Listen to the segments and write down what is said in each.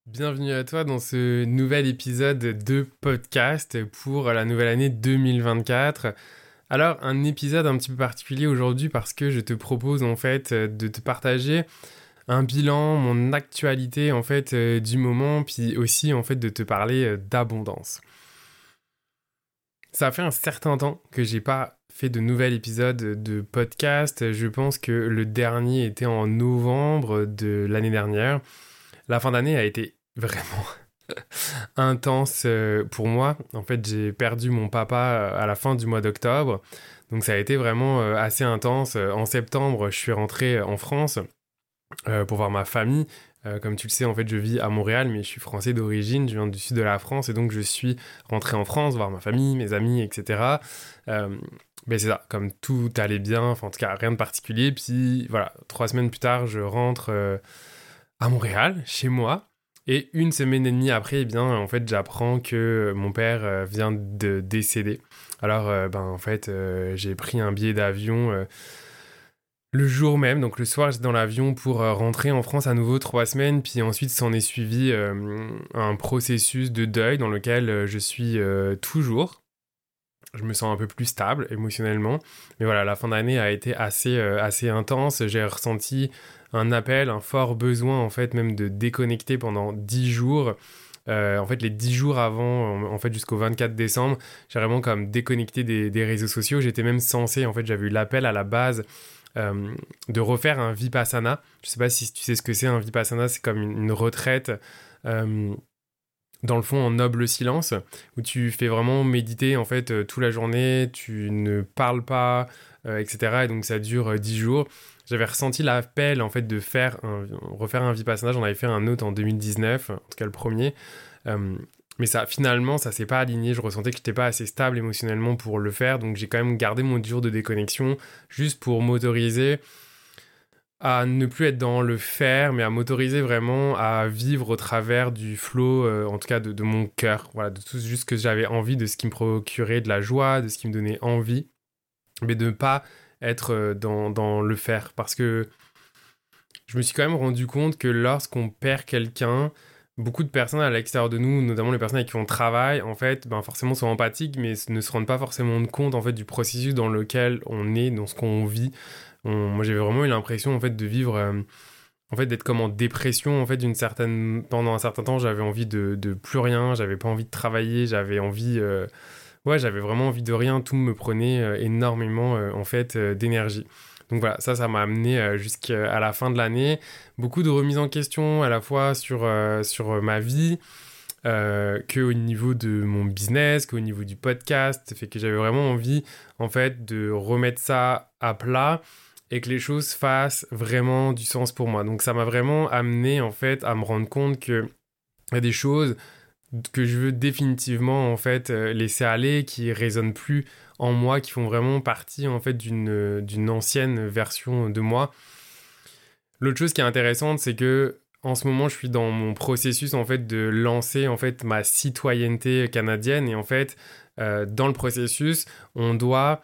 Bienvenue à toi dans ce nouvel épisode de podcast pour la nouvelle année 2024. Alors, un épisode un petit peu particulier aujourd'hui parce que je te propose en fait de te partager un bilan, mon actualité en fait du moment, puis aussi en fait de te parler d'abondance. Ça fait un certain temps que j'ai pas fait de nouvel épisode de podcast. Je pense que le dernier était en novembre de l'année dernière. La fin d'année a été vraiment intense pour moi. En fait, j'ai perdu mon papa à la fin du mois d'octobre. Donc ça a été vraiment assez intense. En septembre, je suis rentré en France pour voir ma famille. Comme tu le sais, en fait, je vis à Montréal, mais je suis français d'origine, je viens du sud de la France, et donc je suis rentré en France, voir ma famille, mes amis, etc. Mais c'est ça, comme tout allait bien, enfin en tout cas rien de particulier. Puis voilà, 3 semaines plus tard, je rentre à Montréal, chez moi. Et une semaine et demie après, eh bien, en fait, j'apprends que mon père vient de décéder. Alors, en fait, j'ai pris un billet d'avion le jour même. Donc, le soir, j'étais dans l'avion pour rentrer en France à nouveau 3 semaines. Puis ensuite, s'en est suivi un processus de deuil dans lequel je suis toujours. Je me sens un peu plus stable émotionnellement. Mais voilà, la fin d'année a été assez intense. J'ai ressenti un appel, un fort besoin en fait même de déconnecter pendant 10 jours. En fait, les 10 jours avant, en fait jusqu'au 24 décembre, j'ai vraiment comme déconnecté des réseaux sociaux. J'étais même censé, en fait, j'avais eu l'appel à la base de refaire un Vipassana. Je sais pas si tu sais ce que c'est un Vipassana, c'est comme une retraite. euh, dans le fond en noble silence, où tu fais vraiment méditer en fait toute la journée, tu ne parles pas, etc. Et donc ça dure 10 jours. J'avais ressenti l'appel en fait de refaire un Vipassana, j'en avais fait un autre en 2019, en tout cas le premier. Euh, mais ça, finalement, ça s'est pas aligné. Je ressentais que j'étais pas assez stable émotionnellement pour le faire, donc j'ai quand même gardé mon jour de déconnexion juste pour m'autoriser à ne plus être dans le faire, mais à m'autoriser vraiment à vivre au travers du flow, en tout cas de mon cœur, voilà, de tout juste ce que j'avais envie, de ce qui me procurait de la joie, de ce qui me donnait envie, mais de ne pas être dans le faire. Parce que je me suis quand même rendu compte que lorsqu'on perd quelqu'un, beaucoup de personnes à l'extérieur de nous, notamment les personnes avec qui on travaille, en fait, forcément sont empathiques, mais ne se rendent pas forcément compte en fait du processus dans lequel on est, dans ce qu'on vit. Moi, j'avais vraiment eu l'impression en fait de vivre, en fait, d'être comme en dépression en fait pendant un certain temps. J'avais envie de plus rien, j'avais pas envie de travailler, j'avais envie, ouais, j'avais vraiment envie de rien. Tout me prenait énormément en fait d'énergie. Donc voilà, ça m'a amené jusqu'à la fin de l'année. Beaucoup de remises en question à la fois sur ma vie, qu'au niveau de mon business, qu'au niveau du podcast. Ça fait que j'avais vraiment envie, en fait, de remettre ça à plat et que les choses fassent vraiment du sens pour moi. Donc ça m'a vraiment amené, en fait, à me rendre compte que il y a des choses que je veux définitivement, en fait, laisser aller, qui résonnent plus en moi, qui font vraiment partie, en fait, d'une ancienne version de moi. L'autre chose qui est intéressante, c'est que en ce moment, je suis dans mon processus en fait de lancer en fait ma citoyenneté canadienne et en fait dans le processus, on doit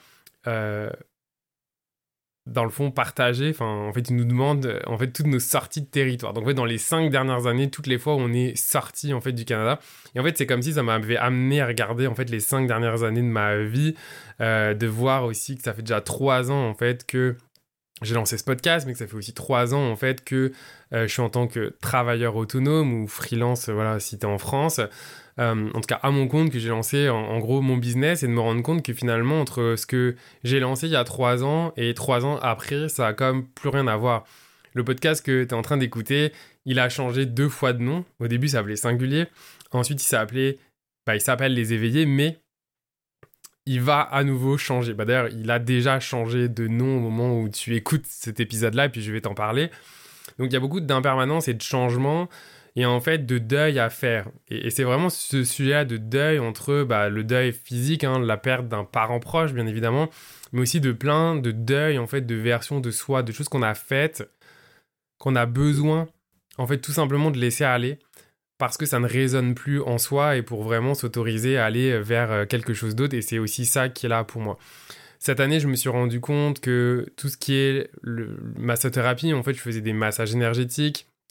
dans le fond partager. Enfin, en fait, ils nous demandent en fait toutes nos sorties de territoire. Donc en fait, dans les 5 dernières années, toutes les fois où on est sorti en fait du Canada, et en fait, c'est comme si ça m'avait amené à regarder en fait les 5 dernières années de ma vie, de voir aussi que ça fait déjà 3 ans en fait que j'ai lancé ce podcast, mais que ça fait aussi 3 ans en fait que je suis en tant que travailleur autonome ou freelance, voilà, si t'es en France. En tout cas, à mon compte, que j'ai lancé en gros mon business et de me rendre compte que finalement, entre ce que j'ai lancé il y a 3 ans et 3 ans après, ça a comme plus rien à voir. Le podcast que t'es en train d'écouter, il a changé 2 fois de nom. Au début, ça s'appelait Singulier. Ensuite, il s'appelle Les Éveillés, mais il va à nouveau changer. D'ailleurs, il a déjà changé de nom au moment où tu écoutes cet épisode-là, et puis je vais t'en parler. Donc, il y a beaucoup d'impermanence et de changement, et en fait, de deuil à faire. Et c'est vraiment ce sujet-là de deuil entre le deuil physique, hein, la perte d'un parent proche, bien évidemment, mais aussi de plein de deuils, en fait, de versions de soi, de choses qu'on a faites, qu'on a besoin, en fait, tout simplement de laisser aller parce que ça ne résonne plus en soi et pour vraiment s'autoriser à aller vers quelque chose d'autre. Et c'est aussi ça qui est là pour moi. Cette année, je me suis rendu compte que tout ce qui est massothérapie, en fait, je faisais des massages énergétiques,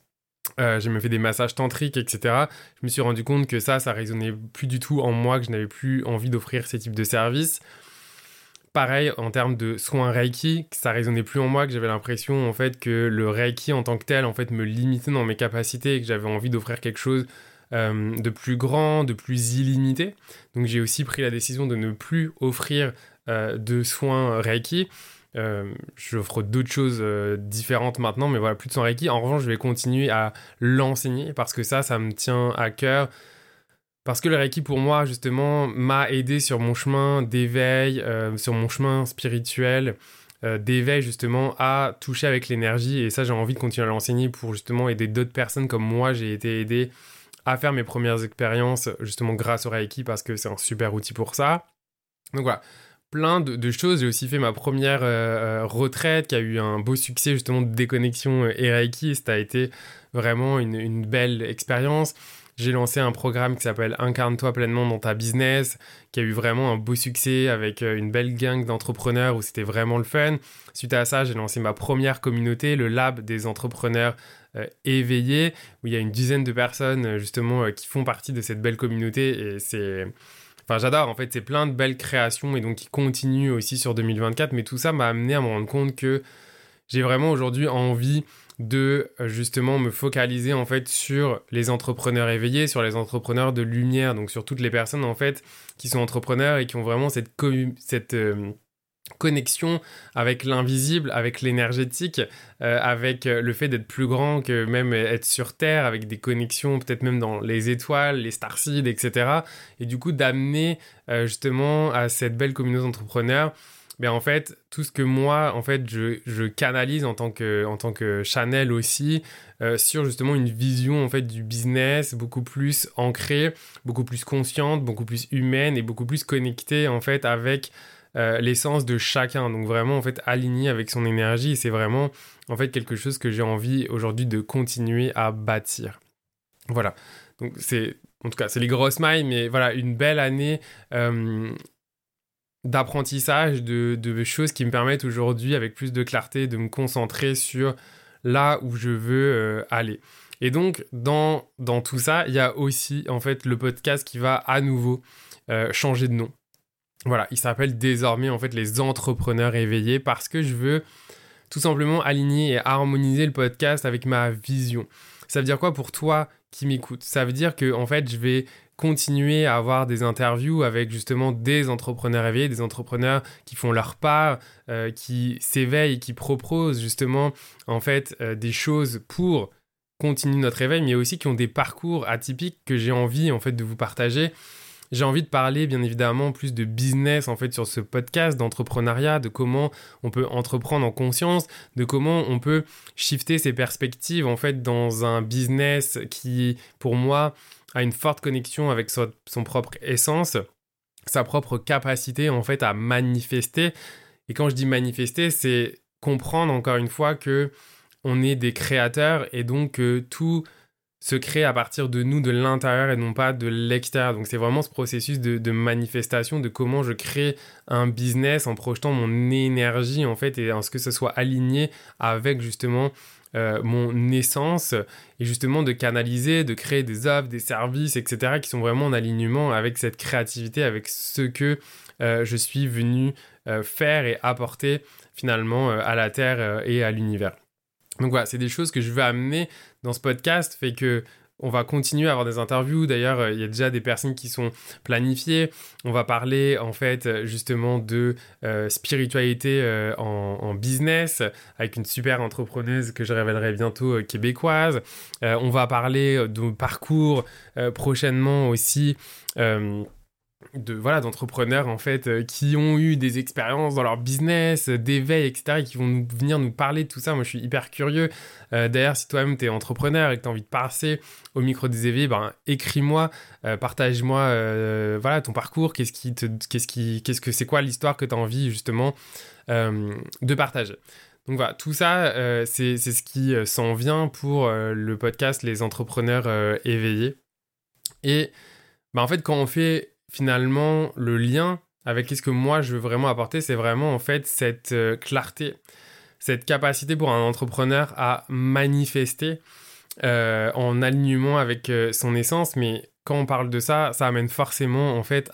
J'ai même fait des massages tantriques, etc. Je me suis rendu compte que ça résonnait plus du tout en moi, que je n'avais plus envie d'offrir ces types de services. Pareil, en termes de soins Reiki, ça résonnait plus en moi, que j'avais l'impression, en fait, que le Reiki en tant que tel, en fait, me limitait dans mes capacités et que j'avais envie d'offrir quelque chose de plus grand, de plus illimité. Donc j'ai aussi pris la décision de ne plus offrir de soins Reiki. J'offre d'autres choses différentes maintenant, mais voilà, plus de soins Reiki. En revanche, je vais continuer à l'enseigner parce que ça me tient à cœur. Parce que le Reiki, pour moi, justement, m'a aidé sur mon chemin d'éveil, sur mon chemin spirituel, d'éveil, justement, à toucher avec l'énergie. Et ça, j'ai envie de continuer à l'enseigner pour, justement, aider d'autres personnes comme moi. J'ai été aidé à faire mes premières expériences, justement, grâce au Reiki, parce que c'est un super outil pour ça. Donc voilà, plein de choses. J'ai aussi fait ma première retraite, qui a eu un beau succès, justement, de déconnexion et Reiki. Ça a été vraiment une belle expérience. J'ai lancé un programme qui s'appelle Incarne-toi pleinement dans ta business, qui a eu vraiment un beau succès avec une belle gang d'entrepreneurs où c'était vraiment le fun. Suite à ça, j'ai lancé ma première communauté, le Lab des entrepreneurs éveillés, où il y a une dizaine de personnes justement qui font partie de cette belle communauté et c'est... Enfin, j'adore, en fait, c'est plein de belles créations et donc qui continuent aussi sur 2024, mais tout ça m'a amené à me rendre compte que j'ai vraiment aujourd'hui envie de justement me focaliser en fait sur les entrepreneurs éveillés, sur les entrepreneurs de lumière, donc sur toutes les personnes en fait qui sont entrepreneurs et qui ont vraiment cette connexion avec l'invisible, avec l'énergétique, avec le fait d'être plus grand que même être sur Terre, avec des connexions peut-être même dans les étoiles, les starseeds, etc. Et du coup d'amener justement à cette belle communauté d'entrepreneurs mais en fait, tout ce que moi, en fait, je canalise en tant que Chanel aussi, sur justement une vision, en fait, du business beaucoup plus ancrée, beaucoup plus consciente, beaucoup plus humaine et beaucoup plus connectée, en fait, avec l'essence de chacun. Donc vraiment, en fait, aligné avec son énergie. Et c'est vraiment, en fait, quelque chose que j'ai envie aujourd'hui de continuer à bâtir. Voilà. Donc en tout cas, c'est les grosses mailles, mais voilà, une belle année d'apprentissage, de choses qui me permettent aujourd'hui, avec plus de clarté, de me concentrer sur là où je veux aller. Et donc, dans tout ça, il y a aussi, en fait, le podcast qui va à nouveau changer de nom. Voilà, il s'appelle désormais, en fait, les entrepreneurs éveillés parce que je veux tout simplement aligner et harmoniser le podcast avec ma vision. Ça veut dire quoi pour toi qui m'écoutes? Ça veut dire que, en fait, je vais continuer à avoir des interviews avec justement des entrepreneurs éveillés, des entrepreneurs qui font leur part, qui s'éveillent, qui proposent justement en fait des choses pour continuer notre éveil, mais aussi qui ont des parcours atypiques que j'ai envie en fait de vous partager. J'ai envie de parler bien évidemment plus de business en fait sur ce podcast, d'entrepreneuriat, de comment on peut entreprendre en conscience, de comment on peut shifter ses perspectives en fait dans un business qui pour moi a une forte connexion avec son propre essence, sa propre capacité en fait à manifester. Et quand je dis manifester, c'est comprendre encore une fois que on est des créateurs et donc que tout se crée à partir de nous, de l'intérieur et non pas de l'extérieur. Donc c'est vraiment ce processus de manifestation, de comment je crée un business en projetant mon énergie en fait et en ce que ce soit aligné avec justement mon essence et justement de canaliser, de créer des offres, des services, etc. qui sont vraiment en alignement avec cette créativité, avec ce que je suis venu faire et apporter finalement à la Terre et à l'univers. Donc voilà, c'est des choses que je veux amener dans ce podcast, fait que on va continuer à avoir des interviews. D'ailleurs, il y a déjà des personnes qui sont planifiées. On va parler en fait justement de spiritualité en business avec une super entrepreneuse que je révélerai bientôt québécoise. On va parler de parcours prochainement aussi. D'entrepreneurs en fait qui ont eu des expériences dans leur business, d'éveil, etc. et qui vont venir nous parler de tout ça. Moi, je suis hyper curieux. D'ailleurs, si toi-même, t'es entrepreneur et que t'as envie de passer au micro des éveillés, écris-moi, partage-moi ton parcours, c'est quoi l'histoire que t'as envie justement de partager. Donc voilà, tout ça, c'est ce qui s'en vient pour le podcast Les entrepreneurs éveillés. Et en fait, quand on fait finalement le lien avec ce que moi je veux vraiment apporter, c'est vraiment en fait cette clarté, cette capacité pour un entrepreneur à manifester en alignement avec son essence, mais quand on parle de ça, ça amène forcément en fait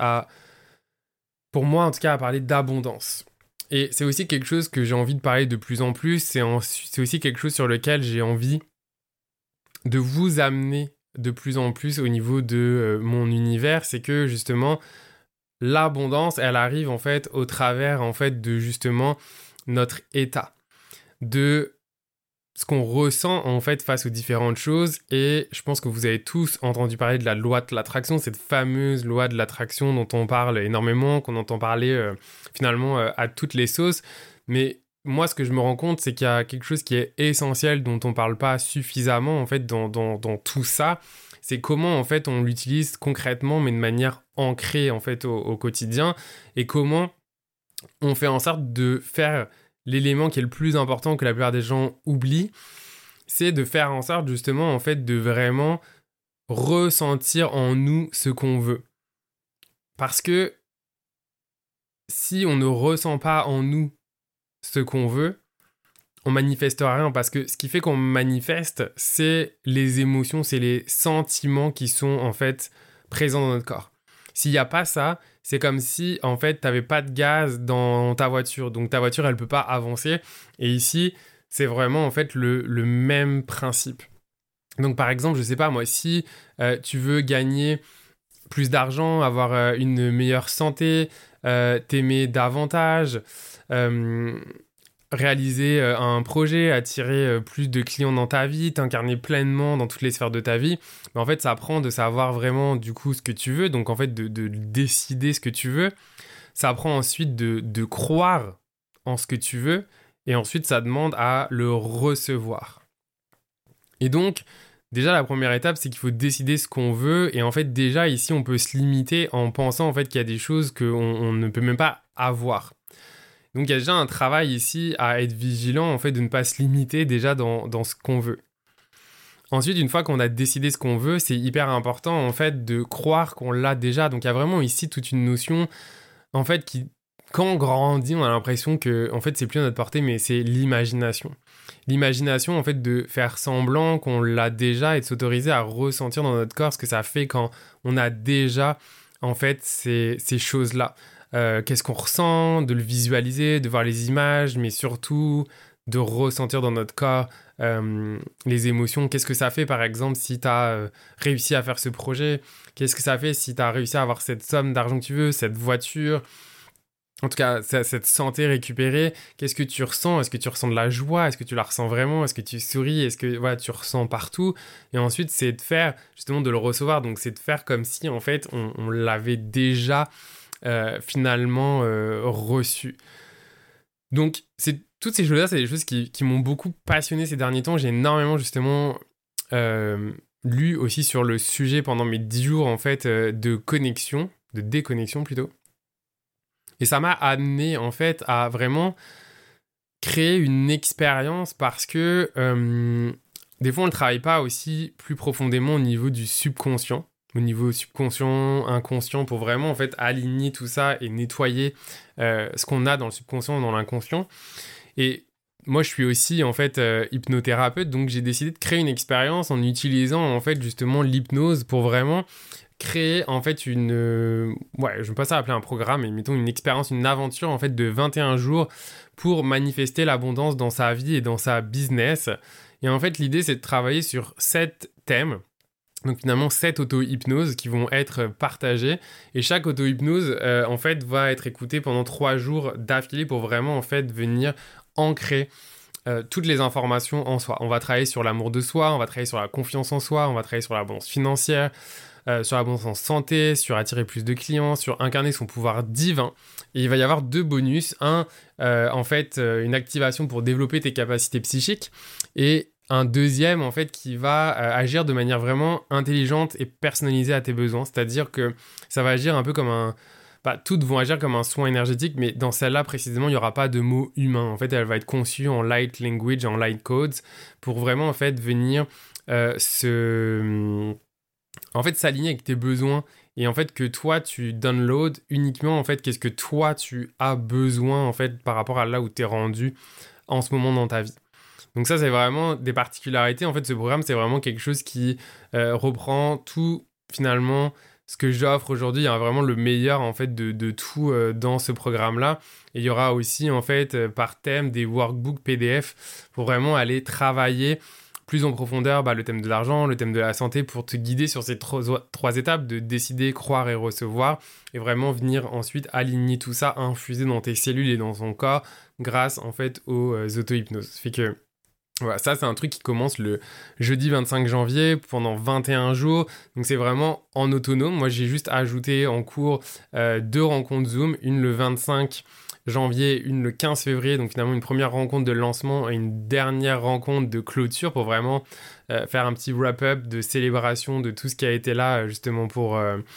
pour moi en tout cas, à parler d'abondance. Et c'est aussi quelque chose que j'ai envie de parler de plus en plus, c'est aussi quelque chose sur lequel j'ai envie de vous amener de plus en plus au niveau de mon univers, c'est que justement, l'abondance, elle arrive en fait au travers en fait de justement notre état, de ce qu'on ressent en fait face aux différentes choses. Et je pense que vous avez tous entendu parler de la loi de l'attraction, cette fameuse loi de l'attraction dont on parle énormément, qu'on entend parler finalement à toutes les sauces. Mais moi, ce que je me rends compte, c'est qu'il y a quelque chose qui est essentiel, dont on parle pas suffisamment en fait dans tout ça. C'est comment en fait on l'utilise concrètement, mais de manière ancrée en fait au quotidien, et comment on fait en sorte de faire l'élément qui est le plus important que la plupart des gens oublient, c'est de faire en sorte justement en fait de vraiment ressentir en nous ce qu'on veut. Parce que si on ne ressent pas en nous ce qu'on veut, on manifestera rien, parce que ce qui fait qu'on manifeste, c'est les émotions, c'est les sentiments qui sont en fait présents dans notre corps. S'il n'y a pas ça, c'est comme si en fait tu n'avais pas de gaz dans ta voiture, donc ta voiture elle peut pas avancer. Et ici, c'est vraiment en fait le même principe. Donc par exemple, je sais pas moi, si tu veux gagner plus d'argent, avoir une meilleure santé, t'aimer davantage, euh, réaliser un projet, attirer plus de clients dans ta vie, t'incarner pleinement dans toutes les sphères de ta vie, mais en fait ça apprend de savoir vraiment du coup ce que tu veux, donc en fait de décider ce que tu veux. Ça apprend ensuite de croire en ce que tu veux, et ensuite ça demande à le recevoir. Et donc déjà la première étape, c'est qu'il faut décider ce qu'on veut, et en fait déjà ici on peut se limiter en pensant en fait qu'il y a des choses qu'on ne peut même pas avoir. Donc il y a déjà un travail ici à être vigilant en fait de ne pas se limiter déjà dans ce qu'on veut. Ensuite, une fois qu'on a décidé ce qu'on veut, c'est hyper important en fait de croire qu'on l'a déjà. Donc il y a vraiment ici toute une notion en fait qui, quand on grandit, on a l'impression que en fait c'est plus à notre portée, mais c'est l'imagination. L'imagination en fait de faire semblant qu'on l'a déjà et de s'autoriser à ressentir dans notre corps ce que ça fait quand on a déjà en fait ces choses-là. Qu'est-ce qu'on ressent, de le visualiser, de voir les images, mais surtout de ressentir dans notre corps les émotions. Qu'est-ce que ça fait, par exemple, si tu as réussi à faire ce projet? Qu'est-ce que ça fait si tu as réussi à avoir cette somme d'argent que tu veux, cette voiture? En tout cas, cette santé récupérée, qu'est-ce que tu ressens? Est-ce que tu ressens de la joie? Est-ce que tu la ressens vraiment? Est-ce que tu souris? Est-ce que voilà, tu ressens partout? Et ensuite, c'est de faire, justement, de le recevoir. Donc, c'est de faire comme si, en fait, on l'avait déjà finalement reçu. Donc, toutes ces choses-là, c'est des choses qui m'ont beaucoup passionné ces derniers temps. J'ai énormément, justement, lu aussi sur le sujet pendant mes 10 jours, en fait, de déconnexion plutôt. Et ça m'a amené, en fait, à vraiment créer une expérience, parce que des fois, on ne travaille pas aussi plus profondément au niveau du subconscient, au niveau subconscient, inconscient, pour vraiment, en fait, aligner tout ça et nettoyer ce qu'on a dans le subconscient et dans l'inconscient. Et moi, je suis aussi, en fait, hypnothérapeute, donc j'ai décidé de créer une expérience en utilisant, en fait, justement, l'hypnose pour vraiment créer en fait je ne veux pas ça appeler un programme, mais mettons une expérience, une aventure en fait de 21 jours pour manifester l'abondance dans sa vie et dans sa business. Et en fait l'idée c'est de travailler sur 7 thèmes, donc finalement 7 auto-hypnoses qui vont être partagées, et chaque auto-hypnose en fait va être écoutée pendant 3 jours d'affilée pour vraiment en fait venir ancrer toutes les informations en soi. On va travailler sur l'amour de soi, on va travailler sur la confiance en soi, on va travailler sur l'abondance financière, sur l'abondance en santé, sur attirer plus de clients, sur incarner son pouvoir divin. Et il va y avoir 2 bonus. Une activation pour développer tes capacités psychiques, et un deuxième, en fait, qui va agir de manière vraiment intelligente et personnalisée à tes besoins. C'est-à-dire que ça va agir un peu comme toutes vont agir comme un soin énergétique, mais dans celle-là, précisément, il n'y aura pas de mots humains. En fait, elle va être conçue en light language, en light codes, pour vraiment, en fait, venir s'aligner avec tes besoins, et en fait que toi tu download uniquement en fait qu'est-ce que toi tu as besoin en fait par rapport à là où tu es rendu en ce moment dans ta vie. Donc ça, c'est vraiment des particularités. En fait, ce programme, c'est vraiment quelque chose qui reprend tout, finalement, ce que j'offre aujourd'hui. Il y a vraiment le meilleur, en fait, de tout dans ce programme-là. Et il y aura aussi, en fait, par thème, des workbooks PDF pour vraiment aller travailler plus en profondeur le thème de l'argent, le thème de la santé, pour te guider sur ces trois étapes de décider, croire et recevoir, et vraiment venir ensuite aligner tout ça, infuser dans tes cellules et dans ton corps grâce en fait aux auto-hypnoses. Fait que voilà, ça c'est un truc qui commence le jeudi 25 janvier pendant 21 jours, donc c'est vraiment en autonome. Moi j'ai juste ajouté en cours 2 rencontres Zoom, une le 25 janvier, une le 15 février, donc finalement une première rencontre de lancement et une dernière rencontre de clôture pour vraiment faire un petit wrap-up de célébration de tout ce qui a été là justement pour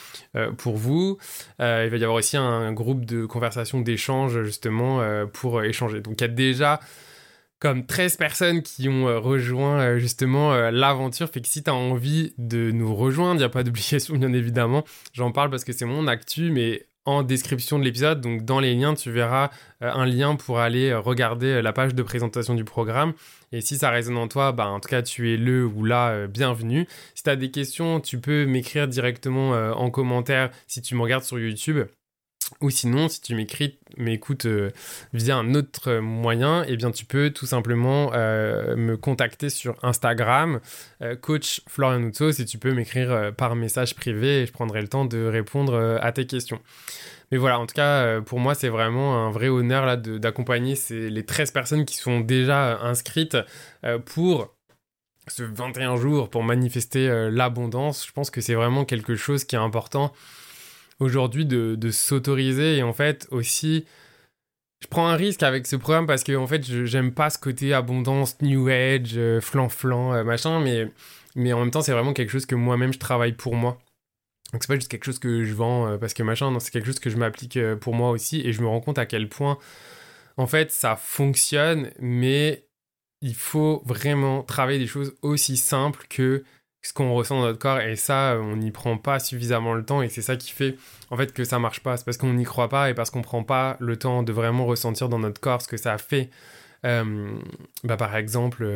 vous. Il va y avoir aussi un groupe de conversation, d'échange justement pour échanger. Donc il y a déjà comme 13 personnes qui ont rejoint justement l'aventure. Fait que si tu as envie de nous rejoindre, il n'y a pas d'obligation bien évidemment. J'en parle parce que c'est mon actu, mais en description de l'épisode, donc dans les liens, tu verras un lien pour aller regarder la page de présentation du programme. Et si ça résonne en toi, en tout cas, tu es le ou la bienvenue. Si tu as des questions, tu peux m'écrire directement en commentaire si tu me regardes sur YouTube. Ou sinon, si tu m'écoutes via un autre moyen, eh bien, tu peux tout simplement me contacter sur Instagram, coach Florian Houtsos, et tu peux m'écrire par message privé et je prendrai le temps de répondre à tes questions. Mais voilà, en tout cas, pour moi, c'est vraiment un vrai honneur là, d'accompagner les 13 personnes qui sont déjà inscrites pour ce 21 jours pour manifester l'abondance. Je pense que c'est vraiment quelque chose qui est important aujourd'hui de s'autoriser. Et en fait aussi je prends un risque avec ce programme parce que en fait j'aime pas ce côté abondance, new age, flan machin, mais en même temps c'est vraiment quelque chose que moi-même je travaille pour moi. Donc c'est pas juste quelque chose que je vends parce que machin, non, c'est quelque chose que je m'applique pour moi aussi, et je me rends compte à quel point en fait ça fonctionne, mais il faut vraiment travailler des choses aussi simples que ce qu'on ressent dans notre corps, et ça, on n'y prend pas suffisamment le temps, et c'est ça qui fait en fait que ça marche pas. C'est parce qu'on n'y croit pas et parce qu'on prend pas le temps de vraiment ressentir dans notre corps ce que ça fait. Par exemple,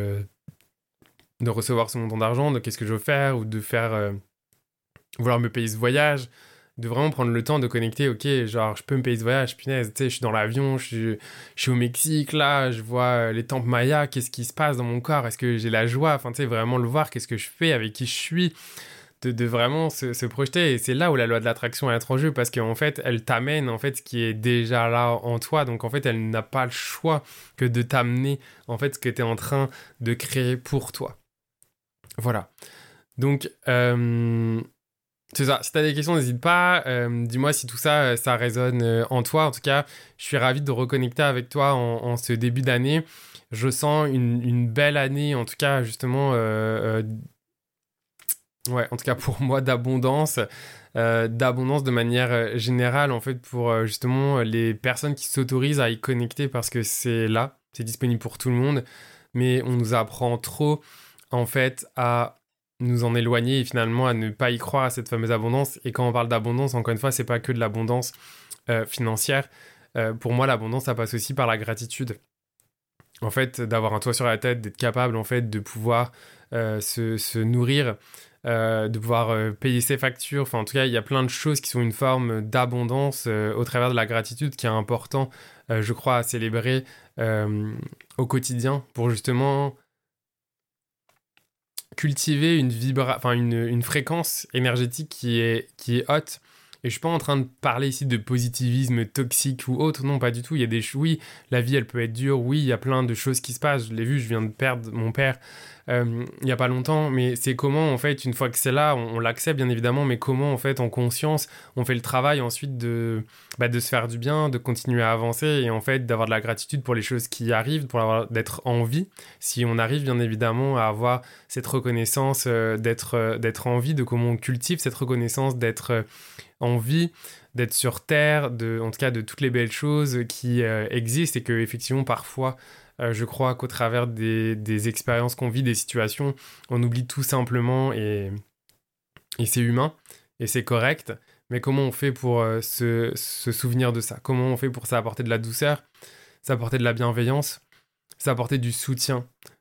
de recevoir ce montant d'argent, de qu'est-ce que je veux faire, ou de faire vouloir me payer ce voyage, de vraiment prendre le temps de connecter, ok, genre je peux me payer ce voyage, punaise, tu sais, je suis dans l'avion, je suis au Mexique, là, je vois les temples mayas, qu'est-ce qui se passe dans mon corps, est-ce que j'ai la joie, enfin, tu sais, vraiment le voir, qu'est-ce que je fais, avec qui je suis, de vraiment se projeter, et c'est là où la loi de l'attraction entre en jeu, parce qu'en fait, elle t'amène, en fait, ce qui est déjà là en toi, donc en fait, elle n'a pas le choix que de t'amener, en fait, ce que tu es en train de créer pour toi. Voilà. Donc, c'est ça. Si t'as des questions, n'hésite pas. Dis-moi si tout ça, ça résonne en toi. En tout cas, je suis ravi de reconnecter avec toi en ce début d'année. Je sens une belle année, en tout cas, justement, en tout cas pour moi, d'abondance de manière générale, en fait, pour justement les personnes qui s'autorisent à y connecter, parce que c'est là, c'est disponible pour tout le monde, mais on nous apprend trop, en fait, à nous en éloigner et finalement à ne pas y croire à cette fameuse abondance. Et quand on parle d'abondance, encore une fois, c'est pas que de l'abondance financière. Pour moi, l'abondance, ça passe aussi par la gratitude. En fait, d'avoir un toit sur la tête, d'être capable, en fait, de pouvoir se nourrir, de pouvoir payer ses factures. Enfin, en tout cas, il y a plein de choses qui sont une forme d'abondance au travers de la gratitude, qui est important, je crois, à célébrer au quotidien pour justement cultiver une fréquence énergétique qui est haute. Et je suis pas en train de parler ici de positivisme toxique ou autre, non, pas du tout. Il y a oui, la vie, elle peut être dure, oui, il y a plein de choses qui se passent. Je l'ai vu, je viens de perdre mon père il y a pas longtemps, mais c'est comment, en fait, une fois que c'est là, on l'accepte, bien évidemment, mais comment, en fait, en conscience, on fait le travail ensuite de se faire du bien, de continuer à avancer, et en fait, d'avoir de la gratitude pour les choses qui arrivent, d'être en vie. Si on arrive, bien évidemment, à avoir cette reconnaissance d'être en vie, de comment on cultive cette reconnaissance d'être en vie, d'être sur Terre, en tout cas de toutes les belles choses qui existent, et que effectivement parfois je crois qu'au travers des expériences qu'on vit, des situations, on oublie tout simplement, et c'est humain et c'est correct, mais comment on fait pour se souvenir de ça? Comment on fait pour ça apporter de la douceur, ça apporter de la bienveillance, ça apporter du soutien,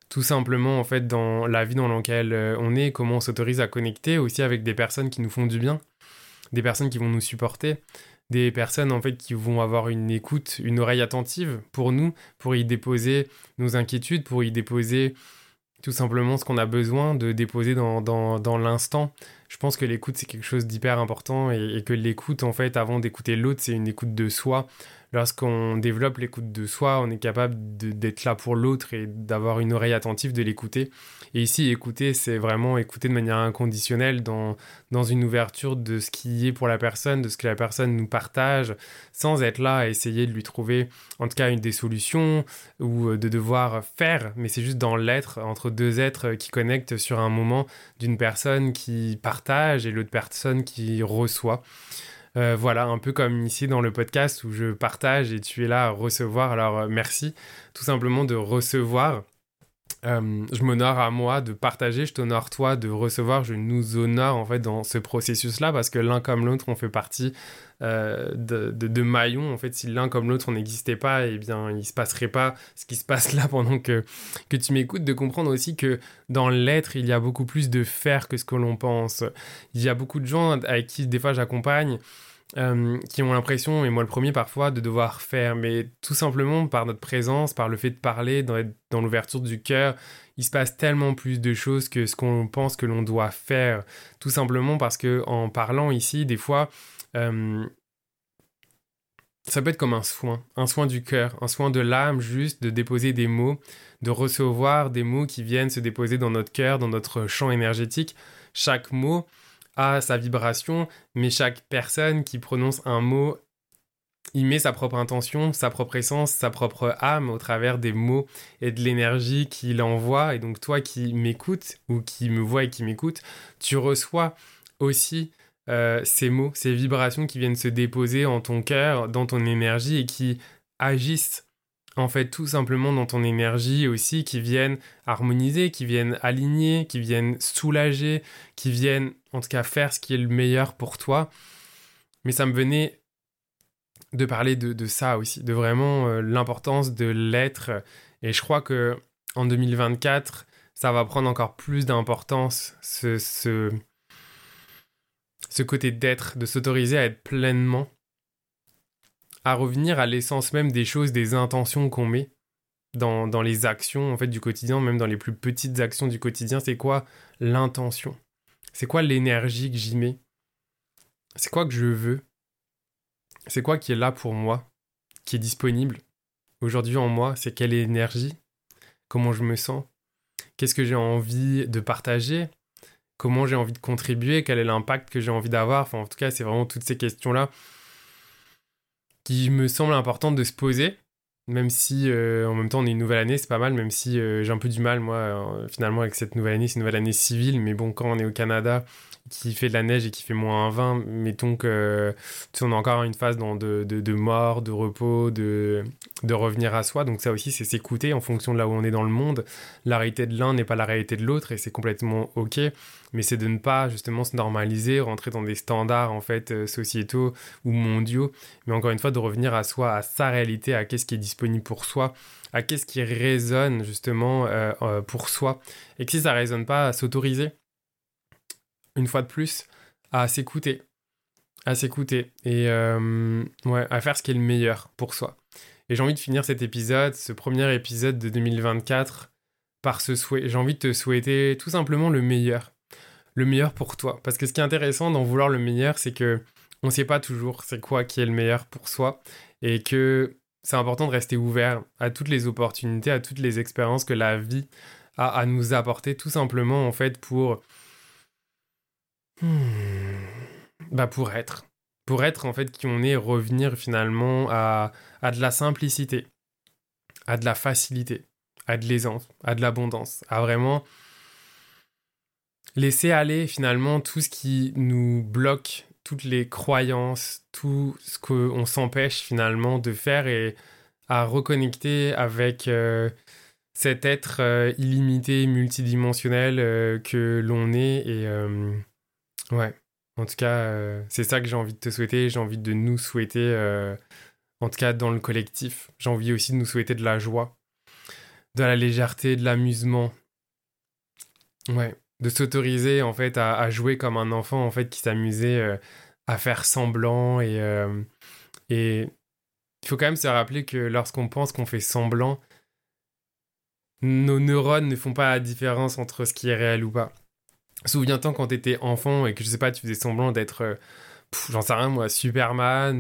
tout simplement en fait dans la vie dans laquelle on est, comment on s'autorise à connecter aussi avec des personnes qui nous font du bien, des personnes qui vont nous supporter, des personnes en fait qui vont avoir une écoute, une oreille attentive pour nous, pour y déposer nos inquiétudes, pour y déposer tout simplement ce qu'on a besoin de déposer dans l'instant. Je pense que l'écoute, c'est quelque chose d'hyper important et que l'écoute, en fait, avant d'écouter l'autre, c'est une écoute de soi. Lorsqu'on développe l'écoute de soi, on est capable d'être là pour l'autre et d'avoir une oreille attentive, de l'écouter. Et ici, écouter, c'est vraiment écouter de manière inconditionnelle dans une ouverture de ce qui est pour la personne, de ce que la personne nous partage, sans être là à essayer de lui trouver, en tout cas, des solutions ou de devoir faire, mais c'est juste dans l'être, entre deux êtres qui connectent sur un moment d'une personne qui partage et l'autre personne qui reçoit. Voilà, un peu comme ici dans le podcast où je partage et tu es là à recevoir. Alors merci tout simplement de recevoir. Je m'honore à moi de partager, je t'honore toi de recevoir, je nous honore en fait dans ce processus-là parce que l'un comme l'autre on fait partie de maillons. En fait, si l'un comme l'autre on n'existait pas, eh bien il se passerait pas ce qui se passe là pendant que tu m'écoutes, de comprendre aussi que dans l'être il y a beaucoup plus de faire que ce que l'on pense. Il y a beaucoup de gens avec qui des fois j'accompagne qui ont l'impression, et moi le premier parfois, de devoir faire, mais tout simplement par notre présence, par le fait de parler, dans l'ouverture du cœur, il se passe tellement plus de choses que ce qu'on pense que l'on doit faire, tout simplement parce que en parlant ici, des fois, ça peut être comme un soin du cœur, un soin de l'âme, juste de déposer des mots, de recevoir des mots qui viennent se déposer dans notre cœur, dans notre champ énergétique. Chaque mot a sa vibration, mais chaque personne qui prononce un mot, il met sa propre intention, sa propre essence, sa propre âme au travers des mots et de l'énergie qu'il envoie. Et donc toi qui m'écoutes, ou qui me vois et qui m'écoute, tu reçois aussi ces mots, ces vibrations qui viennent se déposer en ton cœur, dans ton énergie et qui agissent en fait tout simplement dans ton énergie aussi, qui viennent harmoniser, qui viennent aligner, qui viennent soulager, qui viennent en tout cas faire ce qui est le meilleur pour toi. Mais ça me venait de parler de ça aussi, de vraiment l'importance de l'être. Et je crois que en 2024, ça va prendre encore plus d'importance, ce côté d'être, de s'autoriser à être pleinement, à revenir à l'essence même des choses, des intentions qu'on met dans les actions en fait du quotidien, même dans les plus petites actions du quotidien. C'est quoi l'intention? C'est quoi l'énergie que j'y mets? C'est quoi que je veux? C'est quoi qui est là pour moi? Qui est disponible aujourd'hui en moi? C'est quelle énergie? Comment je me sens? Qu'est-ce que j'ai envie de partager? Comment j'ai envie de contribuer? Quel est l'impact que j'ai envie d'avoir? Enfin, en tout cas, c'est vraiment toutes ces questions-là qui me semblent importantes de se poser. Même si en même temps on est une nouvelle année, c'est pas mal, même si j'ai un peu du mal, moi, finalement, avec cette nouvelle année. C'est une nouvelle année civile, mais bon, quand on est au Canada, qui fait de la neige et qui fait -20, mettons que tu sais, on a encore une phase de mort, de repos, de revenir à soi. Donc ça aussi, c'est s'écouter en fonction de là où on est dans le monde. La réalité de l'un n'est pas la réalité de l'autre et c'est complètement OK. Mais c'est de ne pas justement se normaliser, rentrer dans des standards en fait sociétaux ou mondiaux, mais encore une fois de revenir à soi, à sa réalité, à qu'est-ce qui est disponible pour soi, à qu'est-ce qui résonne justement pour soi. Et que si ça résonne pas, à s'autoriser, une fois de plus, à s'écouter. À s'écouter et ouais, à faire ce qui est le meilleur pour soi. Et j'ai envie de finir cet épisode, ce premier épisode de 2024, par ce souhait. J'ai envie de te souhaiter tout simplement le meilleur. Le meilleur pour toi. Parce que ce qui est intéressant d'en vouloir le meilleur, c'est que on ne sait pas toujours c'est quoi qui est le meilleur pour soi et que c'est important de rester ouvert à toutes les opportunités, à toutes les expériences que la vie a à nous apporter, tout simplement en fait pour pour être. Pour être en fait qui on est, revenir finalement à de la simplicité, à de la facilité, à de l'aisance, à de l'abondance, à vraiment laisser aller finalement tout ce qui nous bloque, toutes les croyances, tout ce qu'on s'empêche finalement de faire et à reconnecter avec cet être illimité, multidimensionnel que l'on est. Et ouais, en tout cas, c'est ça que j'ai envie de te souhaiter, j'ai envie de nous souhaiter, en tout cas dans le collectif. J'ai envie aussi de nous souhaiter de la joie, de la légèreté, de l'amusement. Ouais, de s'autoriser en fait à jouer comme un enfant en fait qui s'amusait à faire semblant et il faut quand même se rappeler que lorsqu'on pense qu'on fait semblant, nos neurones ne font pas la différence entre ce qui est réel ou pas. Souviens-toi quand t'étais enfant et que je sais pas, tu faisais semblant d'être, j'en sais rien moi, Superman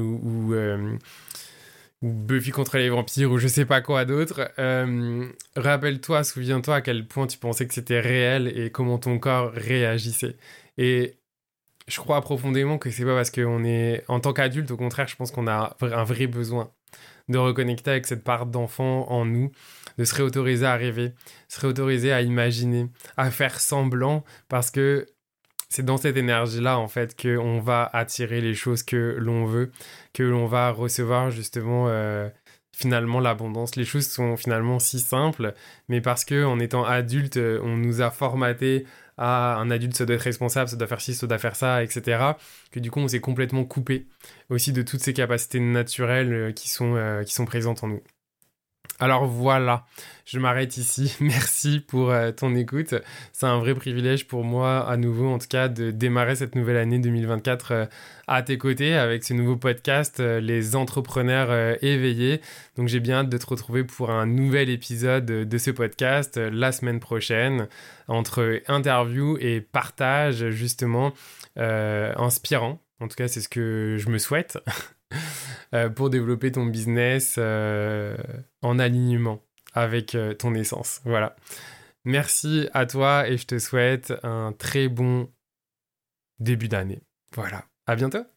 ou Buffy contre les vampires ou je sais pas quoi d'autre. Rappelle-toi, souviens-toi à quel point tu pensais que c'était réel et comment ton corps réagissait. Et je crois profondément que c'est pas parce qu'on est, en tant qu'adulte, au contraire, je pense qu'on a un vrai besoin de reconnecter avec cette part d'enfant en nous, de se réautoriser à rêver, se réautoriser à imaginer, à faire semblant, parce que c'est dans cette énergie-là, en fait, qu'on va attirer les choses que l'on veut, que l'on va recevoir, justement, finalement, l'abondance. Les choses sont finalement si simples, mais parce que en étant adulte, on nous a formaté à un adulte, ça doit être responsable, ça doit faire ci, ça doit faire ça, etc., que du coup, on s'est complètement coupé aussi de toutes ces capacités naturelles qui sont présentes en nous. Alors voilà, je m'arrête ici. Merci pour ton écoute. C'est un vrai privilège pour moi, à nouveau, en tout cas, de démarrer cette nouvelle année 2024 à tes côtés avec ce nouveau podcast, Les Entrepreneurs éveillés. Donc j'ai bien hâte de te retrouver pour un nouvel épisode de ce podcast la semaine prochaine, entre interview et partage, justement, inspirant. En tout cas, c'est ce que je me souhaite. Pour développer ton business en alignement avec ton essence. Voilà. Merci à toi et je te souhaite un très bon début d'année. Voilà. À bientôt.